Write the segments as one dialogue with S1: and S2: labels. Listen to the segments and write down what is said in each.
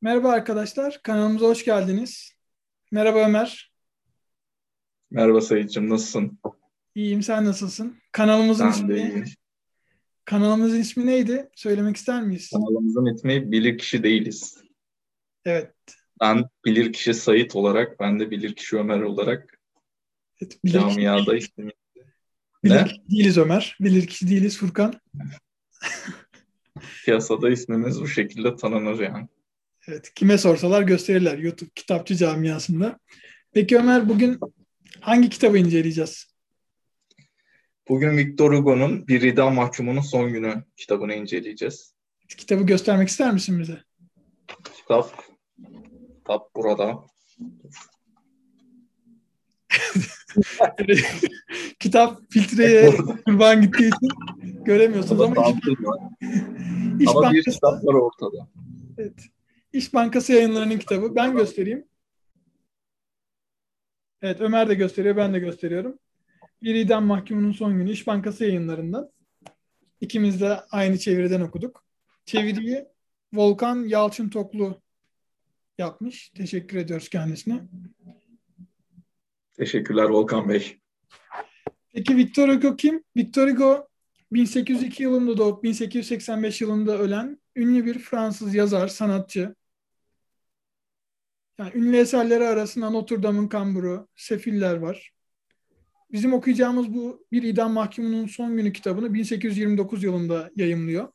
S1: Merhaba arkadaşlar, kanalımıza hoş geldiniz. Merhaba Ömer,
S2: Merhaba Sayıcığım, nasılsın?
S1: iyiyim sen nasılsın? Kanalımızın
S2: Ben de
S1: ismi,
S2: iyiyim.
S1: kanalımızın ismi neydi? Söylemek ister miyiz?
S2: Kanalımızın ismi Bilirkişi Değiliz.
S1: Evet,
S2: Ben Bilirkişi Sayit olarak, ben de Bilirkişi Ömer olarak
S1: evet
S2: camiada ismim. Ne?
S1: bilirkişi değiliz Ömer, bilirkişi değiliz Furkan.
S2: Piyasada ismimiz bu şekilde tanınır yani.
S1: Evet, kime sorsalar gösterirler YouTube kitapçı camiasında. Peki Ömer bugün hangi kitabı inceleyeceğiz?
S2: Bugün Victor Hugo'nun Bir İdam Mahkumunun Son Günü kitabını inceleyeceğiz.
S1: Kitabı göstermek ister misin bize?
S2: Kitap, kitap burada.
S1: Kitap
S2: Hep
S1: filtreye
S2: burada.
S1: kurban gittiği için göremiyorsunuz
S2: Burada
S1: ama
S2: dağıtım var.
S1: İş
S2: Ama bir
S1: Bankası,
S2: kitap var ortada.
S1: evet, İş Bankası yayınlarının kitabı. Ben göstereyim. Evet, Ömer de gösteriyor, ben de gösteriyorum. Bir idam mahkumunun son günü İş Bankası yayınlarından. İkimiz de aynı çeviriden okuduk. Çeviriyi Volkan Yalçın Toklu yapmış. Teşekkür ediyoruz kendisine.
S2: Teşekkürler Volkan Bey.
S1: Peki Victor Hugo kim? Victor Hugo 1802 yılında doğup 1885 yılında ölen ünlü bir Fransız yazar, sanatçı. Yani ünlü eserleri arasında Notre Dame'ın Kamburu, Sefiller var. Bizim okuyacağımız bu Bir İdam Mahkumunun Son Günü kitabını 1829 yılında yayımlıyor.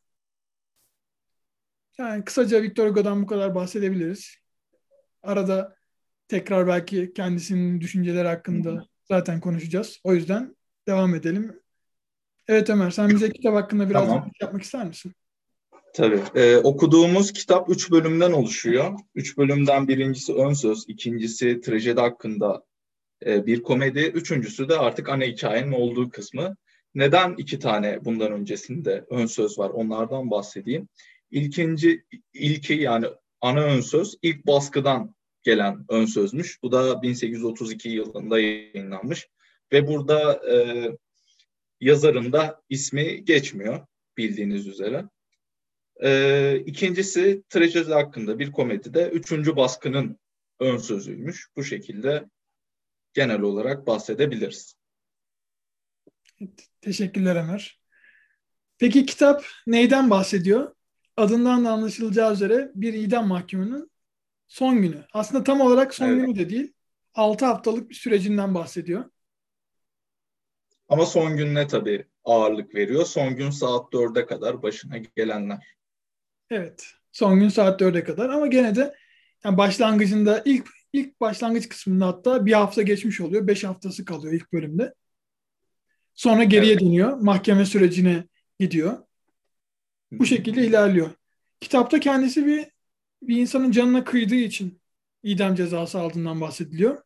S1: Yani kısaca Victor Hugo'dan bu kadar bahsedebiliriz. Arada tekrar belki kendisinin düşünceleri hakkında zaten konuşacağız. O yüzden devam edelim. Evet Ömer, sen bize kitap hakkında biraz
S2: Tamam.
S1: yapmak ister misin?
S2: Tabii. Okuduğumuz kitap 3 bölümden oluşuyor. 3 bölümden birincisi ön söz, ikincisi trajedi hakkında bir komedi, üçüncüsü de artık ana hikayenin olduğu kısmı. Neden iki tane bundan öncesinde ön söz var? Onlardan bahsedeyim. İlki yani ana ön söz ilk baskıdan gelen ön sözmüş. Bu da 1832 yılında yayınlanmış. Ve burada yazarın da ismi geçmiyor bildiğiniz üzere. İkincisi trajedi hakkında bir komedide üçüncü baskının ön sözüymüş. Bu şekilde genel olarak bahsedebiliriz.
S1: Evet, teşekkürler Ömer. Peki kitap neyden bahsediyor? Adından da anlaşılacağı üzere bir idam mahkumunun son günü. Aslında tam olarak son
S2: Evet.
S1: günü de değil. 6 haftalık bir sürecinden bahsediyor.
S2: Ama son gününe tabii ağırlık veriyor. Son gün saat 4'e kadar başına gelenler.
S1: Evet. Son gün saat 4'e kadar ama gene de yani başlangıcında ilk başlangıç kısmında hatta bir hafta geçmiş oluyor. 5 haftası kalıyor ilk bölümde. Sonra geriye
S2: Evet.
S1: dönüyor. Mahkeme sürecine gidiyor. Bu şekilde ilerliyor. Kitapta kendisi bir insanın canına kıydığı için idam cezası aldığından bahsediliyor.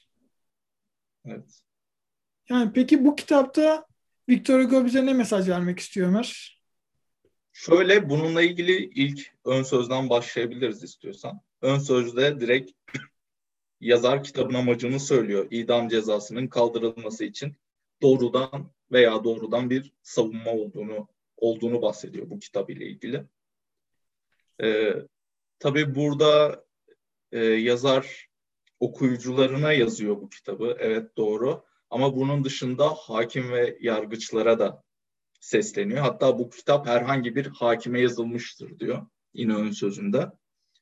S2: Evet.
S1: Yani peki bu kitapta Victor Hugo bize ne mesaj vermek istiyor Ömer?
S2: Şöyle bununla ilgili ilk ön sözden başlayabiliriz istiyorsan. Ön sözde direkt yazar kitabın amacını söylüyor. İdam cezasının kaldırılması için doğrudan bir savunma olduğunu bahsediyor bu kitap ile ilgili. Ee, tabii burada yazar okuyucularına yazıyor bu kitabı. Evet doğru. Ama bunun dışında hakim ve yargıçlara da sesleniyor. Hatta bu kitap herhangi bir hakime yazılmıştır diyor yine ön sözünde.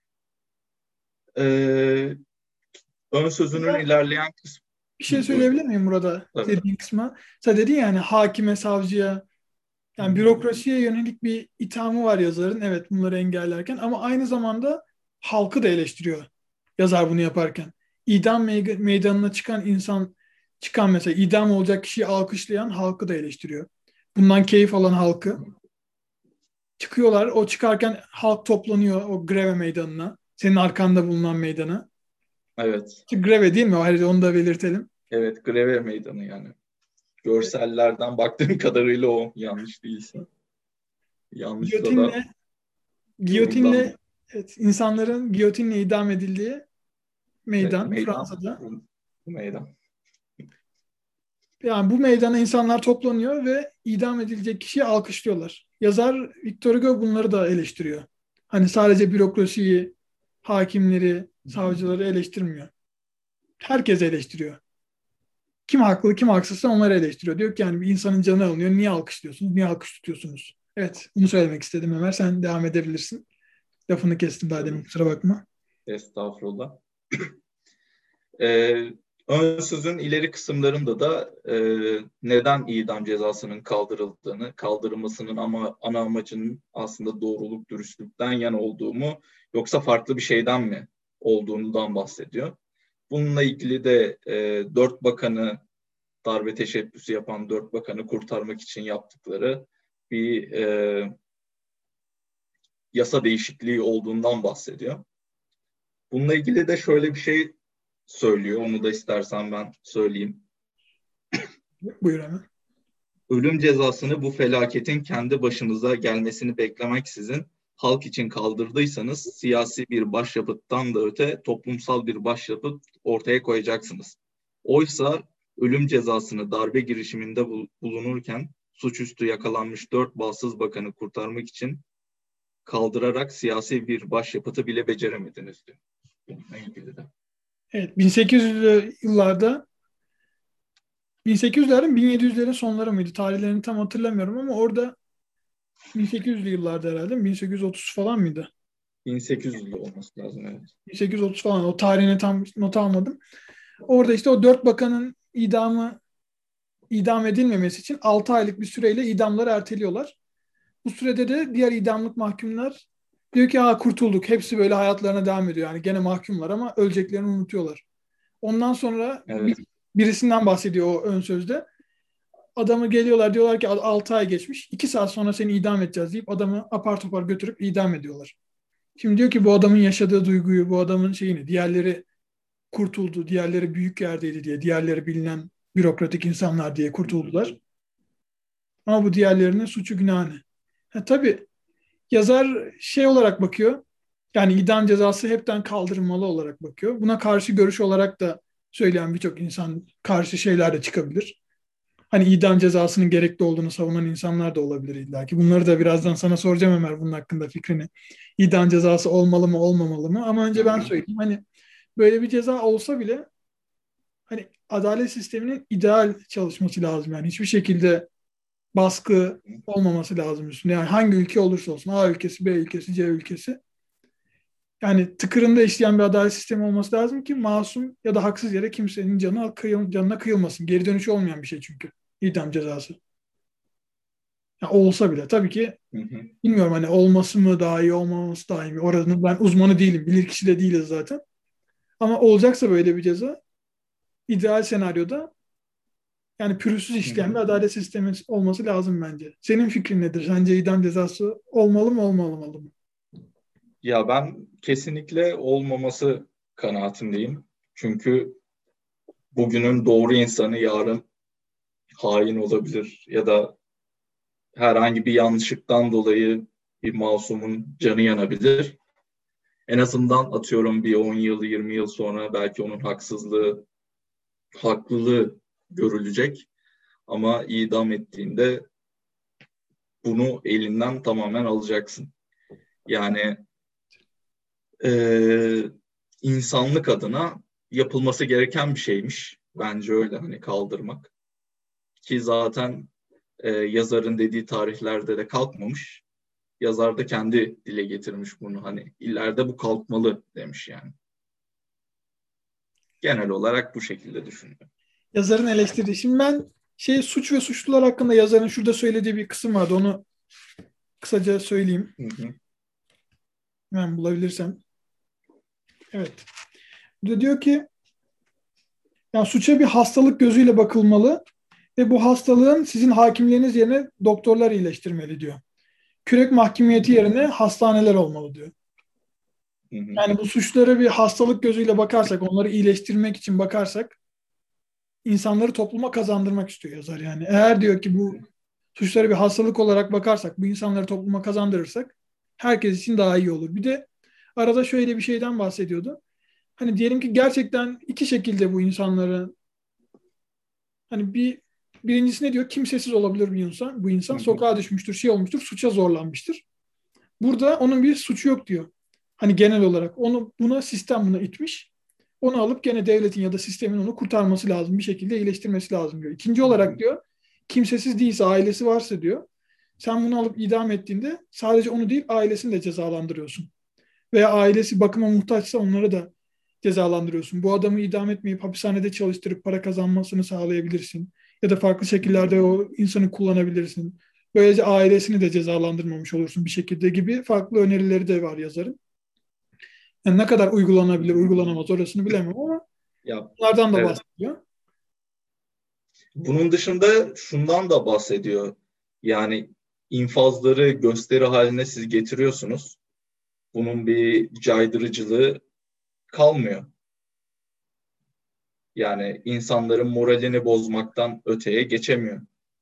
S2: Ee, ön sözünün
S1: Burada
S2: ilerleyen kısmı.
S1: bir şey
S2: Buyur.
S1: söyleyebilir miyim burada
S2: Tabii.
S1: dediğin kısma? Sen dedin ya hani hakime, savcıya, yani bürokrasiye yönelik bir ithamı var yazarın. Evet bunları engellerken ama aynı zamanda halkı da eleştiriyor yazar bunu yaparken. İdam meydanına çıkan mesela idam olacak kişiyi alkışlayan halkı da eleştiriyor. Bundan keyif alan halkı. Çıkıyorlar. O çıkarken halk toplanıyor o greve meydanına. Senin arkanda bulunan meydana.
S2: Evet.
S1: Ki greve değil mi? Ayrıca onu da belirtelim.
S2: Evet, greve meydanı yani. Görsellerden baktığım kadarıyla o yanlış değilse. Yanlışsa da
S1: Giyotinle,
S2: yorumdan.
S1: giyotinle evet, insanların giyotinle idam edildiği
S2: Evet,
S1: meydan
S2: meydan.
S1: Fransa'da.
S2: Bu meydan.
S1: Yani bu meydana insanlar toplanıyor ve idam edilecek kişiyi alkışlıyorlar. Yazar Victor Hugo bunları da eleştiriyor. Hani sadece bürokrasiyi, hakimleri, savcıları eleştirmiyor. Herkes eleştiriyor. Kim haklı, kim haksızsa onları eleştiriyor. Diyor ki yani bir insanın canı alınıyor. Niye alkışlıyorsunuz? Niye alkış tutuyorsunuz? Evet, bunu söylemek istedim Ömer. Sen devam edebilirsin. Lafını kestim daha demin,
S2: Tabii.
S1: kusura bakma.
S2: Estağfurullah. Ee, Ön sözün ileri kısımlarında da neden idam cezasının kaldırılmasının ama ana amacının aslında doğruluk, dürüstlükten yana olduğumu yoksa farklı bir şeyden mi olduğundan bahsediyor. Bununla ilgili de dört bakanı darbe teşebbüsü yapan dört bakanı kurtarmak için yaptıkları bir yasa değişikliği olduğundan bahsediyor. Bununla ilgili de şöyle bir şey söylüyor. Onu da istersen ben söyleyeyim.
S1: Buyur hemen.
S2: Ölüm cezasını bu felaketin kendi başınıza gelmesini beklemeksizin halk için kaldırdıysanız siyasi bir başyapıttan da öte toplumsal bir başyapıt ortaya koyacaksınız. Oysa ölüm cezasını darbe girişiminde bulunurken suçüstü yakalanmış 4 bağımsız bakanı kurtarmak için kaldırarak siyasi bir başyapıtı bile beceremediniz diyor. Bununla ilgili de.
S1: Evet, 1800'lü yıllarda 1800'lerin 1700'lerin sonları mıydı? Tarihlerini tam hatırlamıyorum ama orada 1800'lü yıllarda herhalde 1830 falan mıydı?
S2: 1800'lü olması lazım, evet.
S1: 1830 falan, o tarihini tam not almadım. Orada işte o dört bakanın idam edilmemesi için 6 aylık bir süreyle idamları erteliyorlar. Bu sürede de diğer idamlık mahkumlar diyor ki kurtulduk. Hepsi böyle hayatlarına devam ediyor. Yani gene mahkumlar ama öleceklerini unutuyorlar. Ondan sonra
S2: Evet.
S1: birisinden bahsediyor o ön sözde. Adamı geliyorlar, diyorlar ki 6 ay geçmiş. 2 saat sonra seni idam edeceğiz deyip adamı apar topar götürüp idam ediyorlar. Şimdi diyor ki bu adamın yaşadığı duyguyu, bu adamın şeyini, diğerleri kurtuldu, diğerleri büyük yerdeydi diye, diğerleri bilinen bürokratik insanlar diye kurtuldular. Ama bu diğerlerinin suçu günahı ne? Tabii yazar şey olarak bakıyor, yani idam cezası hepten kaldırılmalı olarak bakıyor. Buna karşı görüş olarak da söyleyen birçok insan, karşı şeyler de çıkabilir. Hani idam cezasının gerekli olduğunu savunan insanlar da olabilir illa ki. Bunları da birazdan sana soracağım Ömer, bunun hakkında fikrini. İdam cezası olmalı mı olmamalı mı? Ama önce ben söyleyeyim. Hani böyle bir ceza olsa bile hani adalet sisteminin ideal çalışması lazım. Yani hiçbir şekilde baskı olmaması lazım üstünde. Yani hangi ülke olursa olsun, A ülkesi, B ülkesi, C ülkesi. Yani tıkırında işleyen bir adalet sistemi olması lazım ki masum ya da haksız yere kimsenin canına kıyılmasın. Geri dönüşü olmayan bir şey çünkü idam cezası. Ya olsa bile tabii ki
S2: Hı hı.
S1: bilmiyorum, hani olması mı daha iyi, olmaması daha iyi mi? Oranın ben uzmanı değilim. Bilirkişi de değiliz zaten. Ama olacaksa böyle bir ceza, ideal senaryoda yani pürüzsüz
S2: Hı
S1: işleyen bir
S2: hı.
S1: adalet sistemi olması lazım bence. Senin fikrin nedir? Sence idam cezası olmalı mı olmamalı mı?
S2: Ya ben kesinlikle olmaması kanaatindeyim. Çünkü bugünün doğru insanı yarın hain olabilir ya da herhangi bir yanlışlıktan dolayı bir masumun canı yanabilir. En azından atıyorum bir 10 yıl, 20 yıl sonra belki onun haksızlığı, haklılığı görülecek. Ama idam ettiğinde bunu elinden tamamen alacaksın. Yani e, insanlık adına yapılması gereken bir şeymiş. Bence öyle, hani kaldırmak. Ki zaten yazarın dediği tarihlerde de kalkmamış. Yazar da kendi dile getirmiş bunu. Hani ileride bu kalkmalı demiş yani. Genel olarak bu şekilde düşünüyorum.
S1: Yazarın eleştirdiği. Şimdi ben suç ve suçlular hakkında yazarın şurada söylediği bir kısım vardı. Onu kısaca söyleyeyim.
S2: Hı hı.
S1: Ben bulabilirsem. Evet. Burada diyor ki yani suça bir hastalık gözüyle bakılmalı ve bu hastalığın sizin hakimliğiniz yerine doktorlar iyileştirmeli diyor. Kürek mahkumiyeti yerine hastaneler olmalı diyor.
S2: Hı hı.
S1: Yani bu suçlara bir hastalık gözüyle bakarsak, onları iyileştirmek için bakarsak insanları topluma kazandırmak istiyor yazar yani. Eğer diyor ki bu suçlara bir hastalık olarak bakarsak, bu insanları topluma kazandırırsak herkes için daha iyi olur. Bir de arada şöyle bir şeyden bahsediyordu. Hani diyelim ki gerçekten iki şekilde bu insanları, hani birincisi ne diyor? Kimsesiz olabilir bir insan. Bu
S2: Hı
S1: insan
S2: hı.
S1: sokağa düşmüştür, şey olmuştur, suça zorlanmıştır. Burada onun bir suçu yok diyor. Hani genel olarak sistem buna itmiş. Onu alıp gene devletin ya da sistemin onu kurtarması lazım. Bir şekilde iyileştirmesi lazım diyor. İkinci olarak diyor, kimsesiz değilse, ailesi varsa diyor, sen bunu alıp idam ettiğinde sadece onu değil ailesini de cezalandırıyorsun. Veya ailesi bakıma muhtaçsa onları da cezalandırıyorsun. Bu adamı idam etmeyip hapishanede çalıştırıp para kazanmasını sağlayabilirsin. Ya da farklı şekillerde o insanı kullanabilirsin. Böylece ailesini de cezalandırmamış olursun bir şekilde gibi farklı önerileri de var yazarın. Yani ne kadar uygulanabilir, uygulanamaz orasını bilemem ama
S2: Ya
S1: bunlardan da
S2: evet.
S1: bahsediyor.
S2: Bunun dışında şundan da bahsediyor. Yani infazları gösteri haline siz getiriyorsunuz. Bunun bir caydırıcılığı kalmıyor. Yani insanların moralini bozmaktan öteye geçemiyor.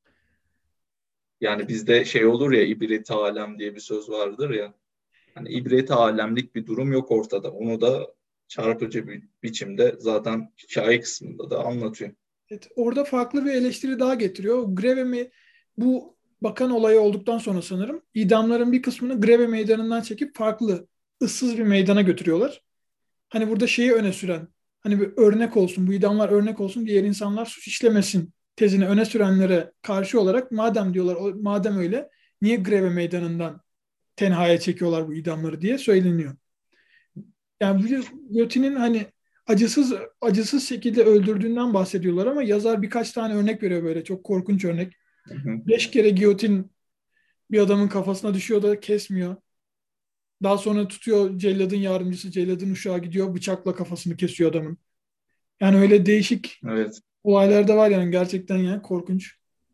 S2: Yani bizde şey olur ya, ibret-i alem diye bir söz vardır ya. Hani ibret-i alemlik bir durum yok ortada. Onu da çarpıcı bir biçimde zaten hikaye kısmında da anlatıyor.
S1: Evet, orada farklı bir eleştiri daha getiriyor. Greve bu bakan olayı olduktan sonra sanırım idamların bir kısmını Greve meydanından çekip farklı ıssız bir meydana götürüyorlar. Hani burada şeyi öne süren, hani bir örnek olsun, bu idamlar örnek olsun, diğer insanlar suç işlemesin tezini öne sürenlere karşı olarak madem diyorlar, madem öyle niye Greve meydanından tenhaya çekiyorlar bu idamları diye söyleniyor. Yani bu Göti'nin hani acısız şekilde öldürdüğünden bahsediyorlar ama yazar birkaç tane örnek veriyor, böyle çok korkunç örnek.
S2: Hı hı.
S1: 5 kere giyotin bir adamın kafasına düşüyor da kesmiyor. Daha sonra tutuyor celladın yardımcısı, celladın uşağı gidiyor bıçakla kafasını kesiyor adamın. Yani öyle değişik
S2: Evet,
S1: olaylar da var yani, gerçekten yani korkunç.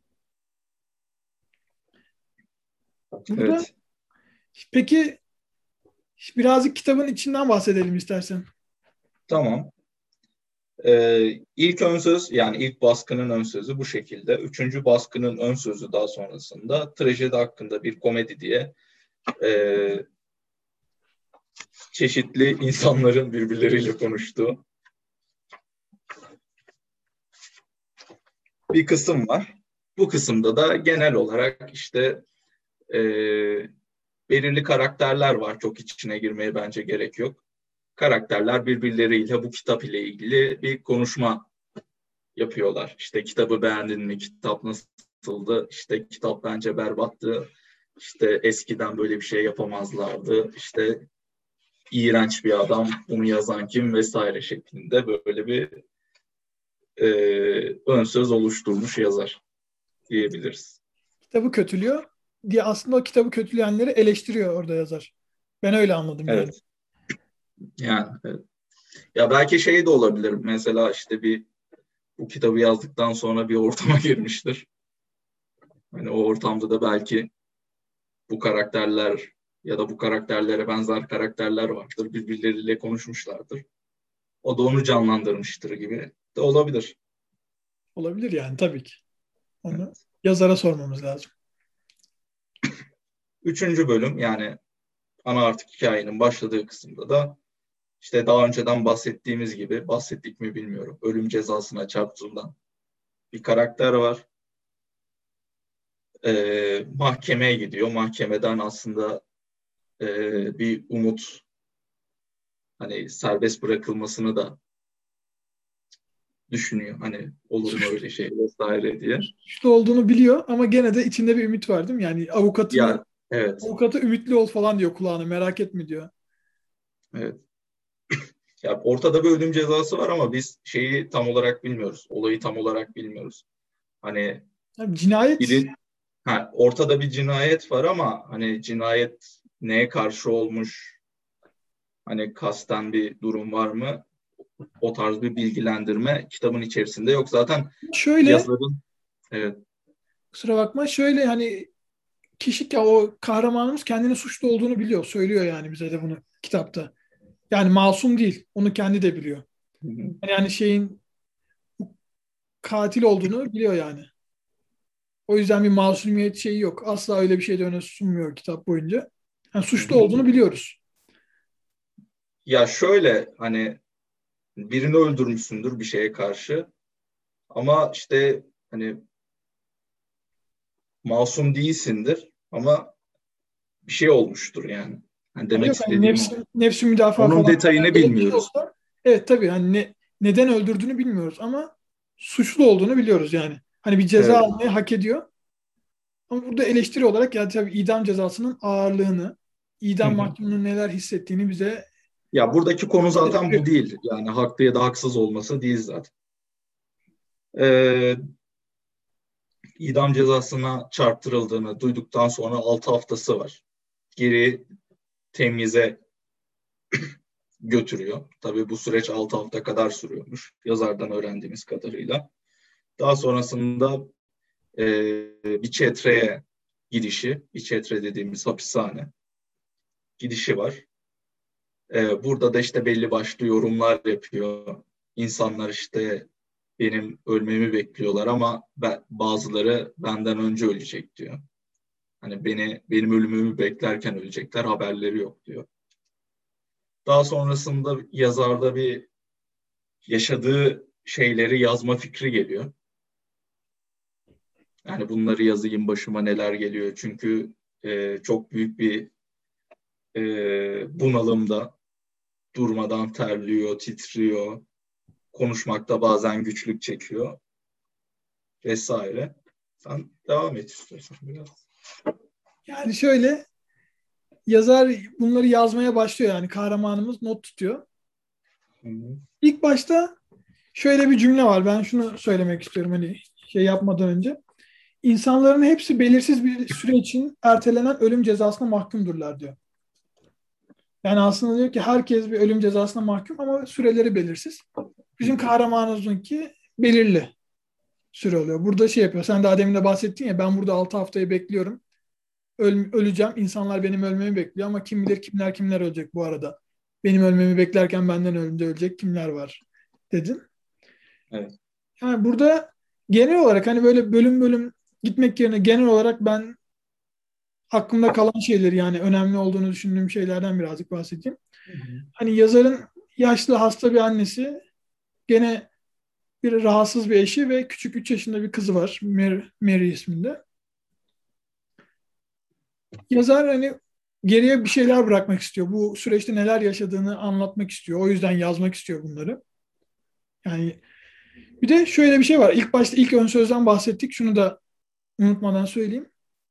S1: Burada
S2: evet.
S1: peki birazcık kitabın içinden bahsedelim istersen.
S2: Tamam. İlk ön söz, yani ilk baskının ön sözü bu şekilde. Üçüncü baskının ön sözü daha sonrasında trajedi hakkında bir komedi diye e, çeşitli insanların birbirleriyle konuştuğu bir kısım var. Bu kısımda da genel olarak işte e, belirli karakterler var. Çok içine girmeye bence gerek yok. Karakterler birbirleriyle bu kitap ile ilgili bir konuşma yapıyorlar. İşte kitabı beğendin mi? Kitap nasıldı? İşte kitap bence berbattı. İşte eskiden böyle bir şey yapamazlardı. İşte iğrenç bir adam, bunu yazan kim vesaire şeklinde böyle bir ön söz oluşturmuş yazar diyebiliriz.
S1: Kitabı kötülüyor diye, aslında o kitabı kötüleyenleri eleştiriyor orada yazar. Ben öyle anladım yani.
S2: Evet. Yani evet. Ya belki şey de olabilir. Mesela işte bu kitabı yazdıktan sonra bir ortama girmiştir. Hani o ortamda da belki bu karakterler ya da bu karakterlere benzer karakterler vardır. Birbirleriyle konuşmuşlardır. O da onu canlandırmıştır gibi de olabilir.
S1: Olabilir yani, tabii ki. Onu
S2: Evet.
S1: yazara sormamız lazım.
S2: Üçüncü bölüm, yani ana artık hikayenin başladığı kısımda da işte daha önceden bahsettiğimiz gibi, bahsettik mi bilmiyorum, ölüm cezasına çarptırılan bir karakter var. Mahkemeye gidiyor. Mahkemeden aslında bir umut, hani serbest bırakılmasını da düşünüyor. Hani olur mu öyle şey vesaire diye.
S1: Suçlu olduğunu biliyor ama gene de içinde bir ümit var değil mi? Yani
S2: Ya evet,
S1: avukatı ümitli ol falan diyor kulağına, merak etme diyor.
S2: evet. Ya ortada bir ölüm cezası var ama biz şeyi tam olarak bilmiyoruz. Olayı tam olarak bilmiyoruz. Hani
S1: Yani cinayet,
S2: biri, ortada bir cinayet var ama hani cinayet neye karşı olmuş? Hani kasten bir durum var mı? O tarz bir bilgilendirme kitabın içerisinde yok. Zaten
S1: şöyle,
S2: yazarın, evet,
S1: kusura bakma, şöyle hani ya o kahramanımız kendini suçlu olduğunu biliyor. Söylüyor yani bize de bunu kitapta. Yani masum değil. Onu kendi de biliyor. Yani şeyin katil olduğunu biliyor yani. O yüzden bir masumiyet şeyi yok. Asla öyle bir şey de öne sunmuyor kitap boyunca. Yani suçlu olduğunu biliyoruz.
S2: ya şöyle, hani birini öldürmüşsündür bir şeye karşı ama işte hani masum değilsindir ama bir şey olmuştur yani. Yani
S1: Yani
S2: demek
S1: yok hani
S2: istediğim o.
S1: nefsi müdafaa
S2: Onun
S1: falan
S2: detayını
S1: öyle bir şey
S2: bilmiyoruz.
S1: olsa evet tabii hani neden öldürdüğünü bilmiyoruz ama suçlu olduğunu biliyoruz yani. Hani bir ceza
S2: Evet.
S1: almayı hak ediyor. Ama burada eleştiri olarak ya tabii idam cezasının ağırlığını,
S2: Hı
S1: idam
S2: hı.
S1: mahkumunun neler hissettiğini bize
S2: Ya buradaki konu zaten bu
S1: gösteriyor.
S2: değil. Yani haklı ya da haksız olması değil zaten. Ee, idam cezasına çarptırıldığını duyduktan sonra 6 haftası var. Geri temyize götürüyor. Tabii bu süreç 6 hafta kadar sürüyormuş. Yazardan öğrendiğimiz kadarıyla. Daha sonrasında bir çetreye gidişi, bir çetre dediğimiz hapishane gidişi var. Burada da işte belli başlı yorumlar yapıyor. İnsanlar işte benim ölmemi bekliyorlar ama bazıları benden önce ölecek diyor. Hani benim ölümümü beklerken ölecekler, haberleri yok diyor. Daha sonrasında yazarda bir yaşadığı şeyleri yazma fikri geliyor. Yani bunları yazayım, başıma neler geliyor. Çünkü çok büyük bir bunalımda, durmadan terliyor, titriyor, konuşmakta bazen güçlük çekiyor vesaire. Sen devam et istiyorsan biraz.
S1: Yani şöyle yazar bunları yazmaya başlıyor yani kahramanımız not tutuyor.
S2: Hı-hı.
S1: İlk başta şöyle bir cümle var. Ben şunu söylemek istiyorum hani şey yapmadan önce. İnsanların hepsi belirsiz bir süre için ertelenen ölüm cezasına mahkumdurlar diyor. Yani aslında diyor ki herkes bir ölüm cezasına mahkum ama süreleri belirsiz. Bizim kahramanımızınki belirli süre oluyor. Burada şey yapıyor. Sen daha demin de bahsettin ya ben burada 6 haftayı bekliyorum. Öleceğim. İnsanlar benim ölmemi bekliyor ama kim bilir kimler ölecek bu arada. Benim ölmemi beklerken benden önce ölecek kimler var dedin.
S2: Evet.
S1: Yani burada genel olarak hani böyle bölüm bölüm gitmek yerine genel olarak ben aklımda kalan şeyleri yani önemli olduğunu düşündüğüm şeylerden birazcık bahsedeyim.
S2: Hı-hı.
S1: Hani yazarın yaşlı hasta bir annesi, gene bir rahatsız bir eşi ve küçük 3 yaşında bir kızı var. Mary isminde. Yazar hani geriye bir şeyler bırakmak istiyor. Bu süreçte neler yaşadığını anlatmak istiyor. O yüzden yazmak istiyor bunları. Yani bir de şöyle bir şey var. İlk başta ilk ön sözden bahsettik. Şunu da unutmadan söyleyeyim.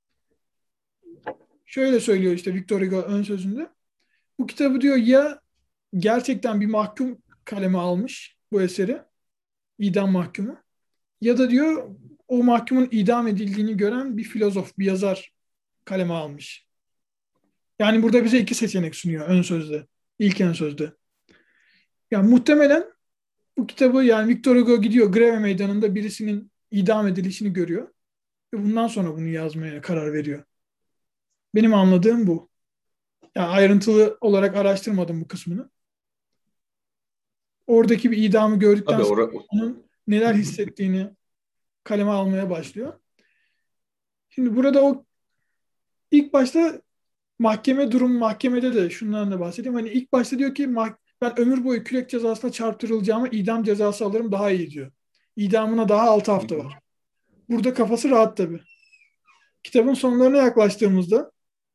S1: Şöyle söylüyor işte Victor Hugo ön sözünde. Bu kitabı diyor ya gerçekten bir mahkum kaleme almış bu eseri, idam mahkumu. Ya da diyor o mahkumun idam edildiğini gören bir filozof, bir yazar kaleme almış. Yani burada bize iki seçenek sunuyor ön sözde, ilk ön sözde. Yani muhtemelen bu kitabı yani Victor Hugo gidiyor Greve Meydanı'nda birisinin idam edilişini görüyor ve bundan sonra bunu yazmaya karar veriyor. Benim anladığım bu. Yani ayrıntılı olarak araştırmadım bu kısmını. Oradaki bir idamı gördükten
S2: Tabii
S1: sonra onun neler hissettiğini kaleme almaya başlıyor. Şimdi burada o ilk başta mahkemede de şundan da bahsedeyim. Hani ilk başta diyor ki ben ömür boyu kürek cezasına çarptırılacağıma idam cezası alırım daha iyi diyor. İdamına daha 6 hafta var. Burada kafası rahat tabii. Kitabın sonlarına yaklaştığımızda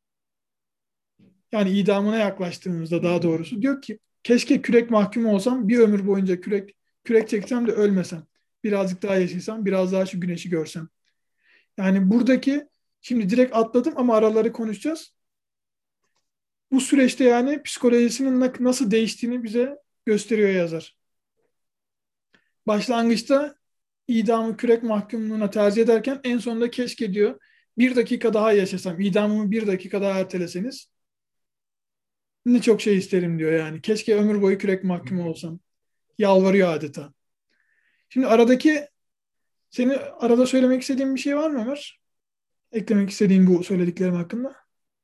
S1: yani idamına yaklaştığımızda daha doğrusu diyor ki keşke kürek mahkumu olsam bir ömür boyunca kürek çeksem de ölmesem. Birazcık daha yaşasam, biraz daha şu güneşi görsem. Yani buradaki şimdi direkt atladım ama araları konuşacağız. Bu süreçte yani psikolojisinin nasıl değiştiğini bize gösteriyor yazar. Başlangıçta idamı kürek mahkumluğuna tercih ederken en sonunda keşke diyor bir dakika daha yaşasam, idamımı bir dakika daha erteleseniz ne çok şey isterim diyor yani. Keşke ömür boyu kürek mahkumu olsam. Yalvarıyor adeta. Şimdi senin arada söylemek istediğin bir şey var mı Ömer? Eklemek istediğin bu söylediklerim hakkında.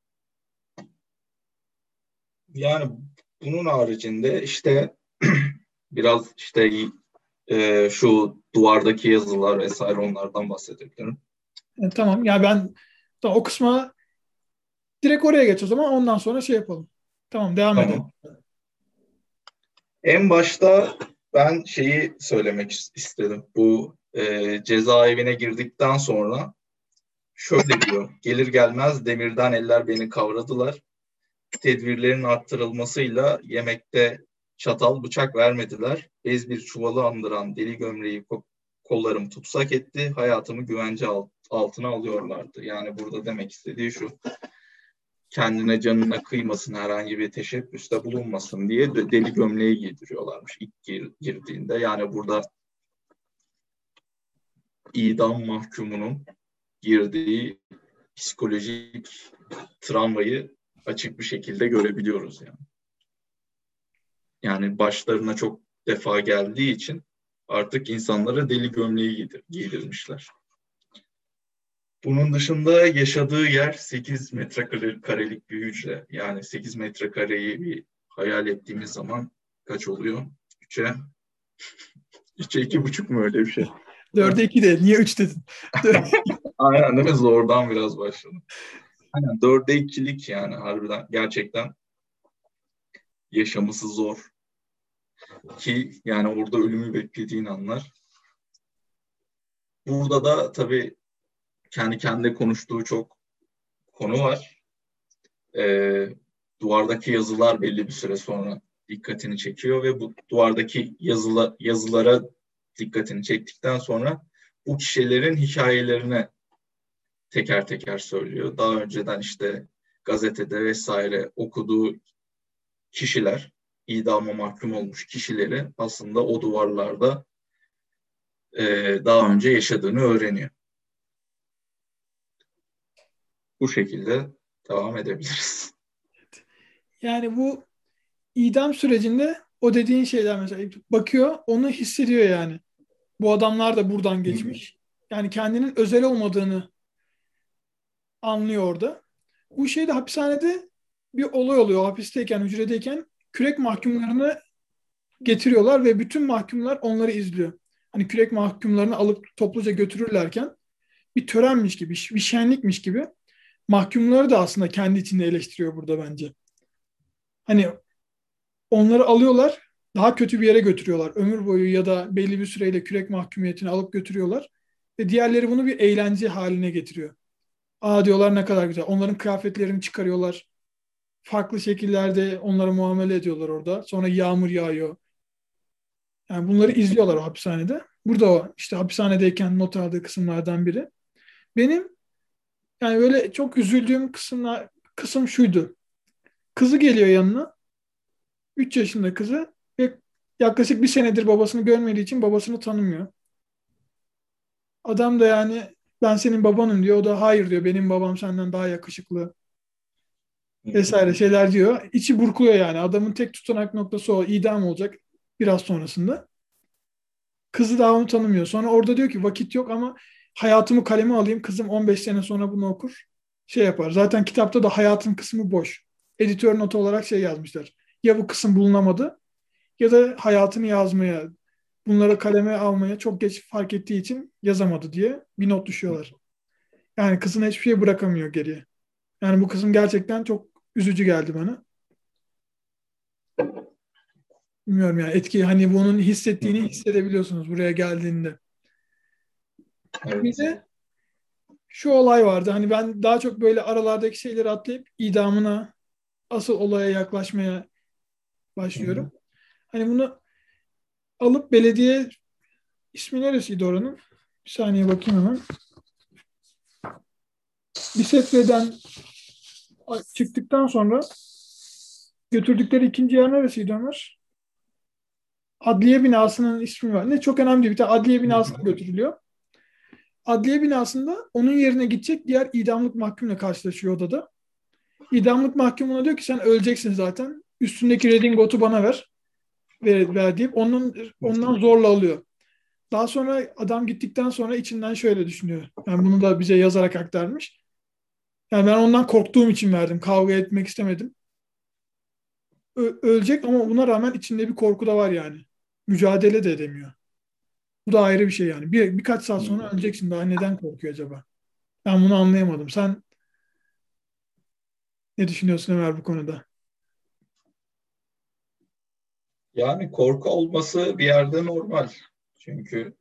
S2: yani bunun haricinde işte biraz işte şu duvardaki yazılar vesaire onlardan bahsedebilirim.
S1: Tamam ya tamam, o kısma direkt oraya geç o zaman ondan sonra şey yapalım. Tamam devam edelim.
S2: Tamam. En başta ben şeyi söylemek istedim. Bu cezaevine girdikten sonra şöyle diyor. Gelir gelmez demirden eller beni kavradılar. tedbirlerin arttırılmasıyla yemekte çatal bıçak vermediler. Bez bir çuvalı andıran deli gömleği kollarım tutsak etti. Hayatımı güvence altına alıyorlardı. Yani burada demek istediği şu: kendine canına kıymasın, herhangi bir teşebbüste bulunmasın diye deli gömleği giydiriyorlarmış ilk girdiğinde. Yani burada idam mahkumunun girdiği psikolojik travmayı açık bir şekilde görebiliyoruz yani. Yani başlarına çok defa geldiği için artık insanlara deli gömleği giydirmişler. Bunun dışında yaşadığı yer 8 metrekarelik bir hücre. Yani 8 metrekareyi bir hayal ettiğimiz zaman kaç oluyor? 3'e 2,5 mu, öyle bir şey?
S1: 4'e 2 de. Niye 3 dedin?
S2: Aynen, değil mi? Zordan biraz başladım. Aynen, 4'e 2'lik yani, harbiden gerçekten yaşaması zor. Ki yani orada ölümü beklediğin anlar. Burada da tabii kendi kendine konuştuğu çok konu var. Duvardaki yazılar belli bir süre sonra dikkatini çekiyor ve bu duvardaki yazılara dikkatini çektikten sonra bu kişilerin hikayelerini teker teker söylüyor. Daha önceden işte gazetede vesaire okuduğu kişiler, idama mahkum olmuş kişileri aslında o duvarlarda daha önce yaşadığını öğreniyor. Bu şekilde devam edebiliriz.
S1: Yani bu idam sürecinde o dediğin şeyler mesela bakıyor, onu hissediyor yani. Bu adamlar da buradan geçmiş. Yani kendinin özel olmadığını anlıyor orada. Bu şeyde hapishanede bir olay oluyor. Hapisteyken, hücredeyken kürek mahkumlarını getiriyorlar ve bütün mahkumlar onları izliyor. Hani kürek mahkumlarını alıp topluca götürürlerken bir törenmiş gibi, bir şenlikmiş gibi mahkumları da aslında kendi içinde eleştiriyor burada bence. Hani onları alıyorlar, daha kötü bir yere götürüyorlar. Ömür boyu ya da belli bir süreyle kürek mahkumiyetini alıp götürüyorlar. Ve diğerleri bunu bir eğlence haline getiriyor. Aa diyorlar, ne kadar güzel. Onların kıyafetlerini çıkarıyorlar. Farklı şekillerde onlara muamele ediyorlar orada. Sonra yağmur yağıyor. Yani bunları izliyorlar o hapishanede. Burada o işte hapishanedeyken not aldığı kısımlardan biri. Benim yani böyle çok üzüldüğüm kısım şuydu. Kızı geliyor yanına. 3 yaşında kızı ve yaklaşık bir senedir babasını görmediği için babasını tanımıyor. Adam da yani ben senin babanım diyor. O da hayır diyor. Benim babam senden daha yakışıklı vesaire şeyler diyor. İçi burkuluyor yani. Adamın tek tutanak noktası o. İdam olacak biraz sonrasında. Kızı daha onu tanımıyor. Sonra orada diyor ki vakit yok ama hayatımı kaleme alayım. Kızım 15 sene sonra bunu okur. Şey yapar. Zaten kitapta da hayatın kısmı boş. Editör notu olarak şey yazmışlar. Ya bu kısım bulunamadı ya da hayatını yazmaya, bunları kaleme almaya çok geç fark ettiği için yazamadı diye bir not düşüyorlar. Yani kızına hiçbir şey bırakamıyor geriye. Yani bu kısım gerçekten çok üzücü geldi bana. Bilmiyorum yani etki, hani bunun hissettiğini hissedebiliyorsunuz buraya geldiğinde. Bir
S2: Evet.
S1: de şu olay vardı. Hani ben daha çok böyle aralardaki şeyleri atlayıp idamına, asıl olaya yaklaşmaya başlıyorum. Hani bunu alıp belediye, ismi neresiydi oranın? Bir saniye bakayım hemen. Bisetre'den çıktıktan sonra götürdükleri ikinci yer neresiydi Ömer? Adliye binasının ismi var. Ne çok önemli değil. Bir tane adliye binasına götürülüyor. Adliye binasında onun yerine gidecek diğer idamlık mahkumla karşılaşıyor odada. İdamlık mahkumuna diyor ki sen öleceksin zaten. Üstündeki redingotu bana ver deyip ondan zorla alıyor. Daha sonra adam gittikten sonra içinden şöyle düşünüyor. Yani bunu da bize yazarak aktarmış. Yani ben ondan korktuğum için verdim. Kavga etmek istemedim. Ölecek ama buna rağmen içinde bir korku da var yani. Mücadele de edemiyor. Bu da ayrı bir şey yani. Birkaç saat sonra öleceksin. Daha neden korkuyor acaba? Ben bunu anlayamadım. Sen ne düşünüyorsun Ömer bu konuda?
S2: Yani korku olması bir yerde normal. Çünkü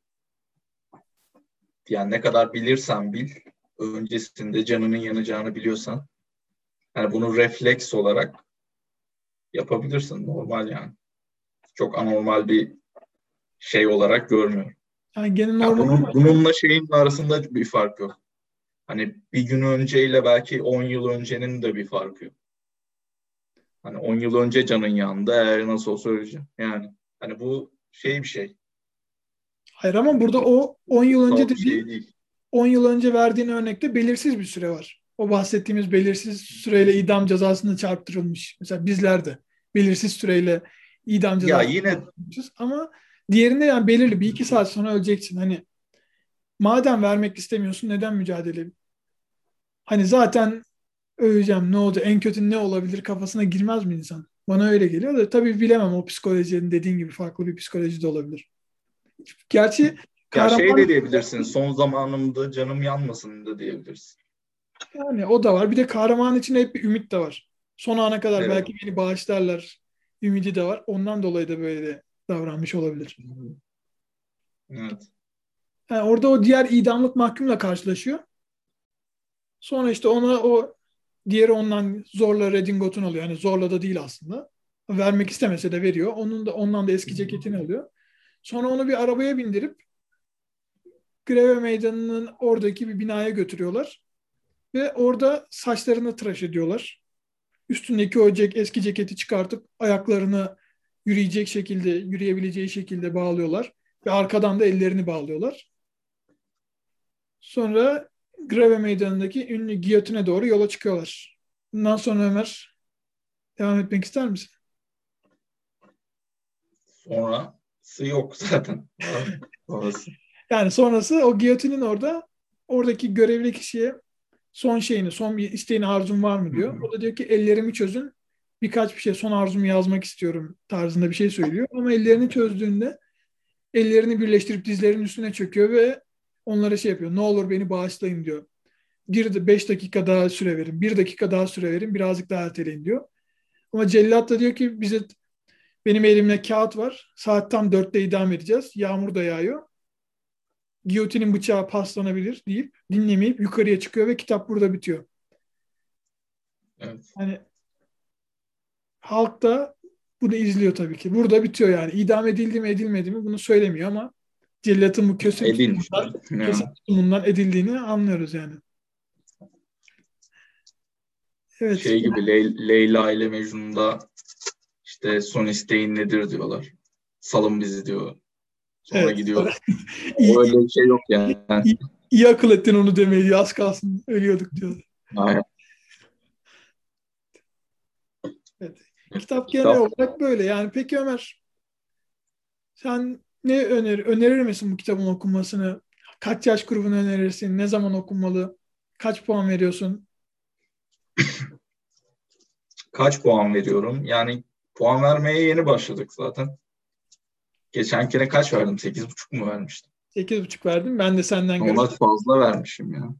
S2: yani ne kadar bilirsen bil, öncesinde canının yanacağını biliyorsan Yani bunu refleks olarak yapabilirsin. Normal yani. Çok anormal bir şey olarak görmüyorum.
S1: Yani gene
S2: Ya
S1: normal ama
S2: bununla şeyin arasında bir fark yok. Hani bir gün önceyle belki 10 yıl öncenin de bir farkı yok. Hani 10 yıl önce canın yandı, eğer nasıl olsa öleceğim. Yani hani bu bir şey.
S1: hayır, ama
S2: Hani
S1: burada o 10 yıl önce
S2: kutsal bir şey
S1: dediğin,
S2: değil.
S1: 10 yıl önce verdiğin örnekte belirsiz bir süre var. O bahsettiğimiz belirsiz süreyle idam cezasını çarptırılmış. Mesela bizler de belirsiz süreyle idam
S2: Ya
S1: cezası
S2: yine
S1: çarptırılmışız. Ama diğerinde yani belirli bir iki saat sonra öleceksin. Hani madem vermek istemiyorsun, neden mücadele? Hani zaten öleceğim, ne oldu, en kötü ne olabilir kafasına girmez mi insan? Bana öyle geliyor da tabii bilemem, o psikolojinin dediğin gibi farklı bir psikoloji de olabilir. Gerçi
S2: ya
S1: kahraman,
S2: de diyebilirsin. Son zamanımda canım yanmasın da diyebilirsin.
S1: yani o da var. Bir de kahraman için hep bir ümit de var. Son ana kadar
S2: Evet.
S1: belki beni bağışlarlar ümidi de var. Ondan dolayı da böyle de davranmış olabilir.
S2: Evet.
S1: Yani orada o diğer idamlık mahkumla karşılaşıyor. Sonra işte ona o diğeri ondan zorla redingotunu alıyor. Yani zorla da değil aslında. Vermek istemese de veriyor. Onun da ondan da eski ceketini alıyor. Sonra onu bir arabaya bindirip Greve Meydanı'nın oradaki bir binaya götürüyorlar. Ve orada saçlarını tıraş ediyorlar. Üstündeki o eski ceketi çıkartıp ayaklarını yürüyecek şekilde, yürüyebileceği şekilde bağlıyorlar. Ve arkadan da ellerini bağlıyorlar. Sonra Greve Meydanı'ndaki ünlü giyotine doğru yola çıkıyorlar. Bundan sonra Ömer, devam etmek ister misin?
S2: Sonrası yok zaten. Var mı? Sonrası.
S1: Yani sonrası o giyotinin orada, oradaki görevli kişiye son şeyini, son bir isteğini, arzun var mı
S2: Hı
S1: diyor.
S2: hı.
S1: O da diyor ki ellerimi çözün. Birkaç bir şey, son arzumu yazmak istiyorum tarzında bir şey söylüyor. Ama ellerini çözdüğünde ellerini birleştirip dizlerinin üstüne çöküyor ve onlara şey yapıyor. Ne olur beni bağışlayın diyor. 5 dakika daha süre verin. 1 dakika daha süre verin. Birazcık daha erteleyin diyor. Ama cellat da diyor ki benim elimde kağıt var. Saat tam 4'te idam edeceğiz. Yağmur da yağıyor. Giyotinin bıçağı paslanabilir deyip dinlemeyip yukarıya çıkıyor ve kitap burada bitiyor.
S2: Evet.
S1: Hani halk da bunu izliyor tabii ki. Burada bitiyor yani. İdam edildi mi edilmedi mi bunu söylemiyor ama cellatın bu
S2: Edilmiş tabii.
S1: kesin
S2: Yani
S1: tutumundan edildiğini anlıyoruz yani. Evet.
S2: şey gibi Leyla ile Mecnun'da işte son isteğin nedir diyorlar. Salın bizi diyor. Sonra
S1: Evet.
S2: gidiyor.
S1: İyi,
S2: Öyle bir şey yok yani.
S1: iyi, iyi akıl ettin onu demeyi. Az kalsın ölüyorduk diyor.
S2: Aynen.
S1: Evet. Kitap genel
S2: Kitap
S1: olarak böyle. Yani peki Ömer, sen ne önerir misin bu kitabın okunmasını? Kaç yaş grubuna önerirsin? Ne zaman okunmalı? Kaç puan veriyorsun?
S2: kaç puan veriyorum? Yani puan vermeye yeni başladık zaten. Geçen kere kaç verdim? 8,5 mu vermiştim?
S1: 8,5 verdim. Ben de senden göre.
S2: Ona fazla vermişim ya.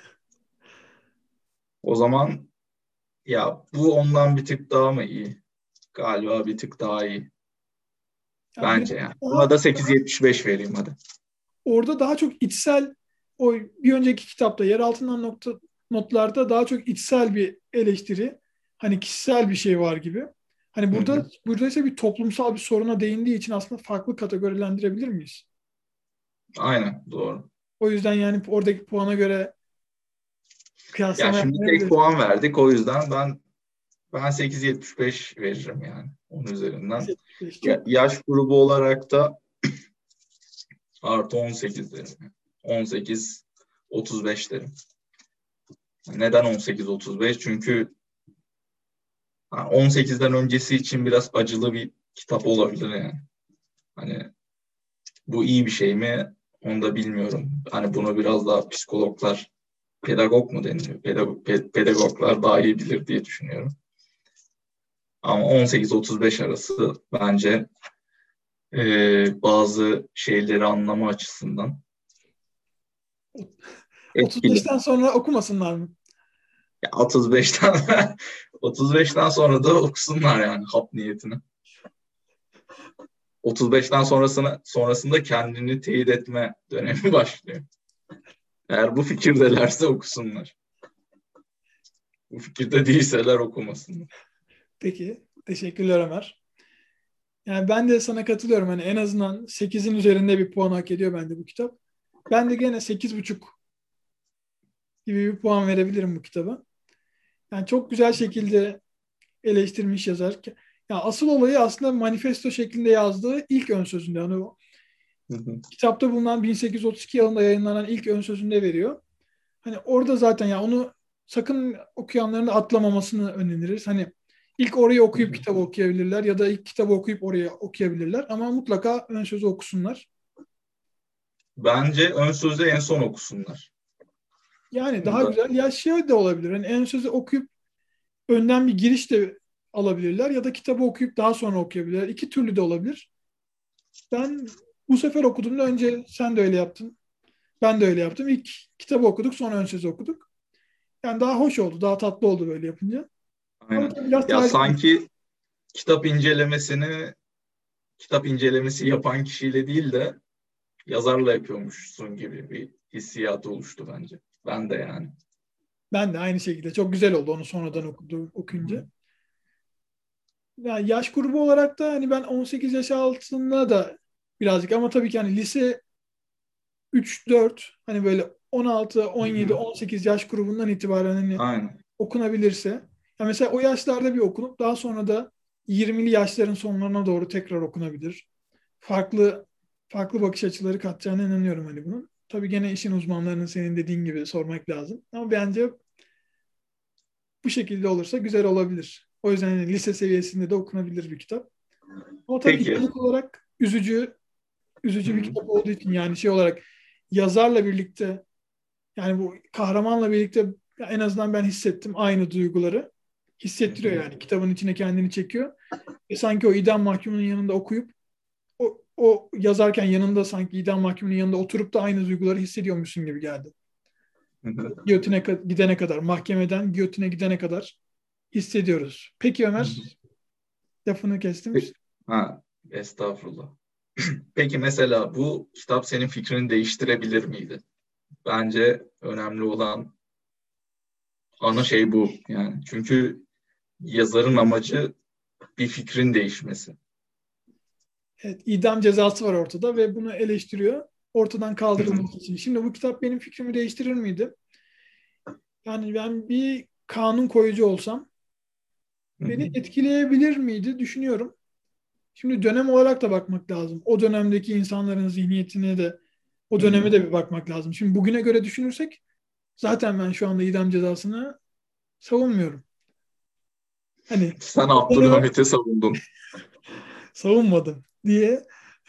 S2: O zaman ya bu ondan bir tık daha mı iyi? Galiba bir tık daha iyi.
S1: Yani biraz
S2: Bence yani. Buna
S1: daha,
S2: da 8,75 vereyim hadi.
S1: orada daha çok içsel, o bir önceki kitapta yer altından notlarda daha çok içsel bir eleştiri. Hani kişisel bir şey var gibi. Hani
S2: Hı hı.
S1: burada ise bir toplumsal bir soruna değindiği için aslında farklı kategorilendirebilir miyiz?
S2: Aynen doğru.
S1: O yüzden yani oradaki puana göre
S2: Ya
S1: kıyaslama
S2: şimdi tek
S1: yapmayabiliriz.
S2: puan verdik, o yüzden ben 8,75 veririm yani onun üzerinden.
S1: 8,5 çok.
S2: Yaş grubu olarak da artı 18 derim. 18 35 derim. Neden 18-35? Çünkü 18'den öncesi için biraz acılı bir kitap olabilir yani. Hani bu iyi bir şey mi? Onu da bilmiyorum. Hani bunu biraz daha psikologlar, pedagog mu deniliyor? Pedagoglar daha iyi bilir diye düşünüyorum. Ama 18-35 arası bence bazı şeyleri anlama açısından etkili.
S1: 35'ten sonra okumasınlar mı?
S2: Ya 35'ten 35'ten sonra da okusunlar yani hap niyetine. 35'ten sonrasında kendini teyit etme dönemi başlıyor. Eğer bu fikirdelerse okusunlar. Bu fikirde değilseler okumasın.
S1: Peki. Teşekkürler Ömer. Yani ben de sana katılıyorum. Hani en azından 8'in üzerinde bir puan hak ediyor bence bu kitap. Ben de gene 8,5 gibi bir puan verebilirim bu kitaba. Yani çok güzel şekilde eleştirmiş yazar. Ya asıl olayı aslında manifesto şeklinde yazdığı ilk ön sözünde. Hani o
S2: Hı hı.
S1: kitapta bulunan 1832 yılında yayınlanan ilk ön sözünde veriyor. Hani orada zaten ya onu sakın okuyanların da atlamamasını öneririz. Hani ilk orayı
S2: Hı
S1: okuyup
S2: hı.
S1: kitabı okuyabilirler ya da ilk kitabı okuyup orayı okuyabilirler. Ama mutlaka ön sözü okusunlar.
S2: Bence ön sözü en son okusunlar.
S1: Yani daha
S2: Bunda.
S1: güzel. Ya şey de olabilir. Hani ön sözü okuyup önden bir giriş de alabilirler ya da kitabı okuyup daha sonra okuyabilirler. İki türlü de olabilir. Ben bu sefer okuduğumda önce sen de öyle yaptın. Ben de öyle yaptım. İlk kitabı okuduk, sonra ön sözü okuduk. Yani daha hoş oldu, daha tatlı oldu böyle yapınca. Ama
S2: Aynen.
S1: tabii biraz
S2: Ya
S1: tarih.
S2: sanki kitap incelemesini kitap incelemesi yapan kişiyle değil de yazarla yapıyormuşsun gibi bir hissiyatı oluştu bence. Ben de yani.
S1: Ben de aynı şekilde çok güzel oldu onu sonradan okuyunca. Yani yaş grubu olarak da hani ben 18 yaş altında da birazcık ama tabii ki hani lise 3-4 hani böyle 16,
S2: Hı
S1: 17,
S2: hı.
S1: 18 yaş grubundan itibaren hani
S2: Aynen.
S1: okunabilirse. Ya mesela o yaşlarda bir okunup daha sonra da 20'li yaşların sonlarına doğru tekrar okunabilir. Farklı farklı bakış açıları katacağına inanıyorum hani bunun. Tabii gene işin uzmanlarının senin dediğin gibi sormak lazım. Ama bence bu şekilde olursa güzel olabilir. O yüzden hani lise seviyesinde de okunabilir bir kitap. Ama tabii
S2: Peki.
S1: içerik olarak
S2: Hı
S1: üzücü bir
S2: hı.
S1: kitap olduğu için yani şey olarak yazarla birlikte yani bu kahramanla birlikte en azından ben hissettim aynı duyguları.
S2: Hı
S1: Hissettiriyor
S2: hı.
S1: yani. Kitabın içine kendini çekiyor. Ve sanki o idam mahkumunun yanında okuyup o yazarken yanında sanki idam mahkumunun yanında oturup da aynı duyguları hissediyormuşsun gibi geldi.
S2: Hı hı.
S1: Gidene kadar, mahkemeden giyotine gidene kadar hissediyoruz. Peki
S2: Hı
S1: Ömer,
S2: hı.
S1: lafını kestim.
S2: Ha, estağfurullah. Peki mesela bu kitap senin fikrini değiştirebilir miydi? Bence önemli olan ana şey bu yani. Çünkü yazarın amacı bir fikrin değişmesi.
S1: Evet, idam cezası var ortada ve bunu eleştiriyor. Ortadan
S2: Hı hı.
S1: kaldırılması için. Şimdi bu kitap benim fikrimi değiştirir miydi? Yani ben bir kanun koyucu olsam
S2: Hı hı.
S1: beni etkileyebilir miydi düşünüyorum. Şimdi dönem olarak da bakmak lazım. O dönemdeki insanların zihniyetine de o
S2: Hı hı.
S1: döneme de bir bakmak lazım. Şimdi bugüne göre düşünürsek zaten ben şu anda idam cezasını savunmuyorum. Hani
S2: Sen
S1: o döneme
S2: Abdülhamit'i savundun.
S1: savunmadım diye.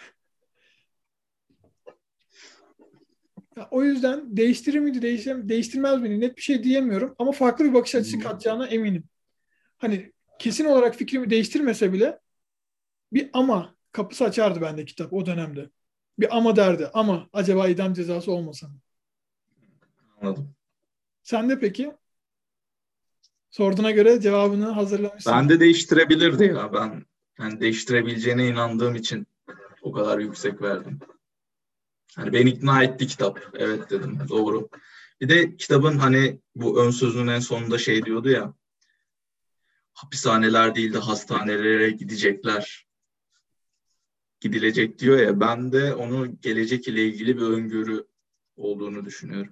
S1: Ya, o yüzden değiştirir miydi, değiştirmez miydi net bir şey diyemiyorum. Ama farklı bir bakış
S2: Hı
S1: açısı
S2: hı.
S1: katacağına eminim. Hani kesin olarak fikrimi değiştirmese bile bir ama kapısı açardı bende kitap o dönemde. Bir ama derdi. Ama acaba idam cezası olmasa mı?
S2: Anladım.
S1: Sen de peki? Sorduğuna göre cevabını hazırlamışsın.
S2: Ben de değiştirebilirdi ya. Ben yani değiştirebileceğine inandığım için o kadar yüksek verdim. Hani beni ikna etti kitap. Evet dedim. Doğru. Bir de kitabın hani bu ön sözünün en sonunda şey diyordu ya. Hapishaneler değil de hastanelere gidecekler. Gidilecek diyor ya. Ben de onu gelecek ile ilgili bir öngörü olduğunu düşünüyorum.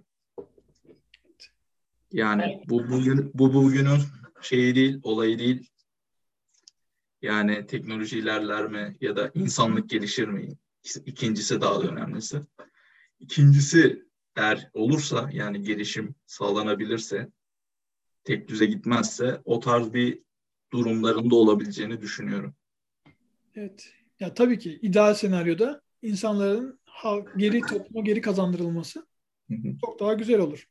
S2: Yani bu bugünün şeyi değil, olayı değil. Yani teknoloji ilerler mi ya da insanlık gelişir mi? İkincisi daha da önemlisi. İkincisi eğer olursa yani gelişim sağlanabilirse, tek düze gitmezse o tarz bir durumların da olabileceğini düşünüyorum.
S1: Evet. Ya tabii ki ideal senaryoda insanların geri topluma geri kazandırılması
S2: Hı hı.
S1: çok daha güzel olur.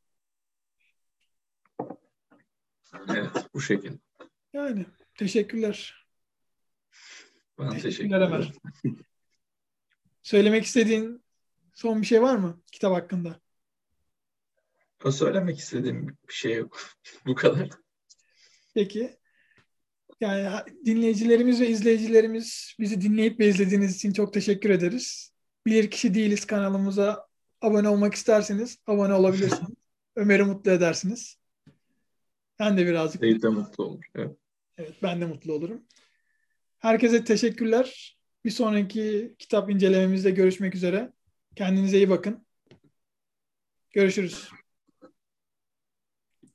S2: Evet, bu şekilde.
S1: Yani teşekkürler.
S2: Ben
S1: Teşekkürler
S2: teşekkür ederim.
S1: Ömer. Söylemek istediğin son bir şey var mı kitap hakkında?
S2: Söylemek istediğim bir şey yok. Bu kadar.
S1: Peki. Yani dinleyicilerimiz ve izleyicilerimiz bizi dinleyip ve izlediğiniz için çok teşekkür ederiz. Bilirkişi Değiliz kanalımıza abone olmak isterseniz abone olabilirsiniz. Ömer'i mutlu edersiniz. Ben de birazcık
S2: Seyit de mutlu olur. Evet.
S1: evet, ben de mutlu olurum. Herkese teşekkürler. Bir sonraki kitap incelememizde görüşmek üzere. Kendinize iyi bakın. Görüşürüz.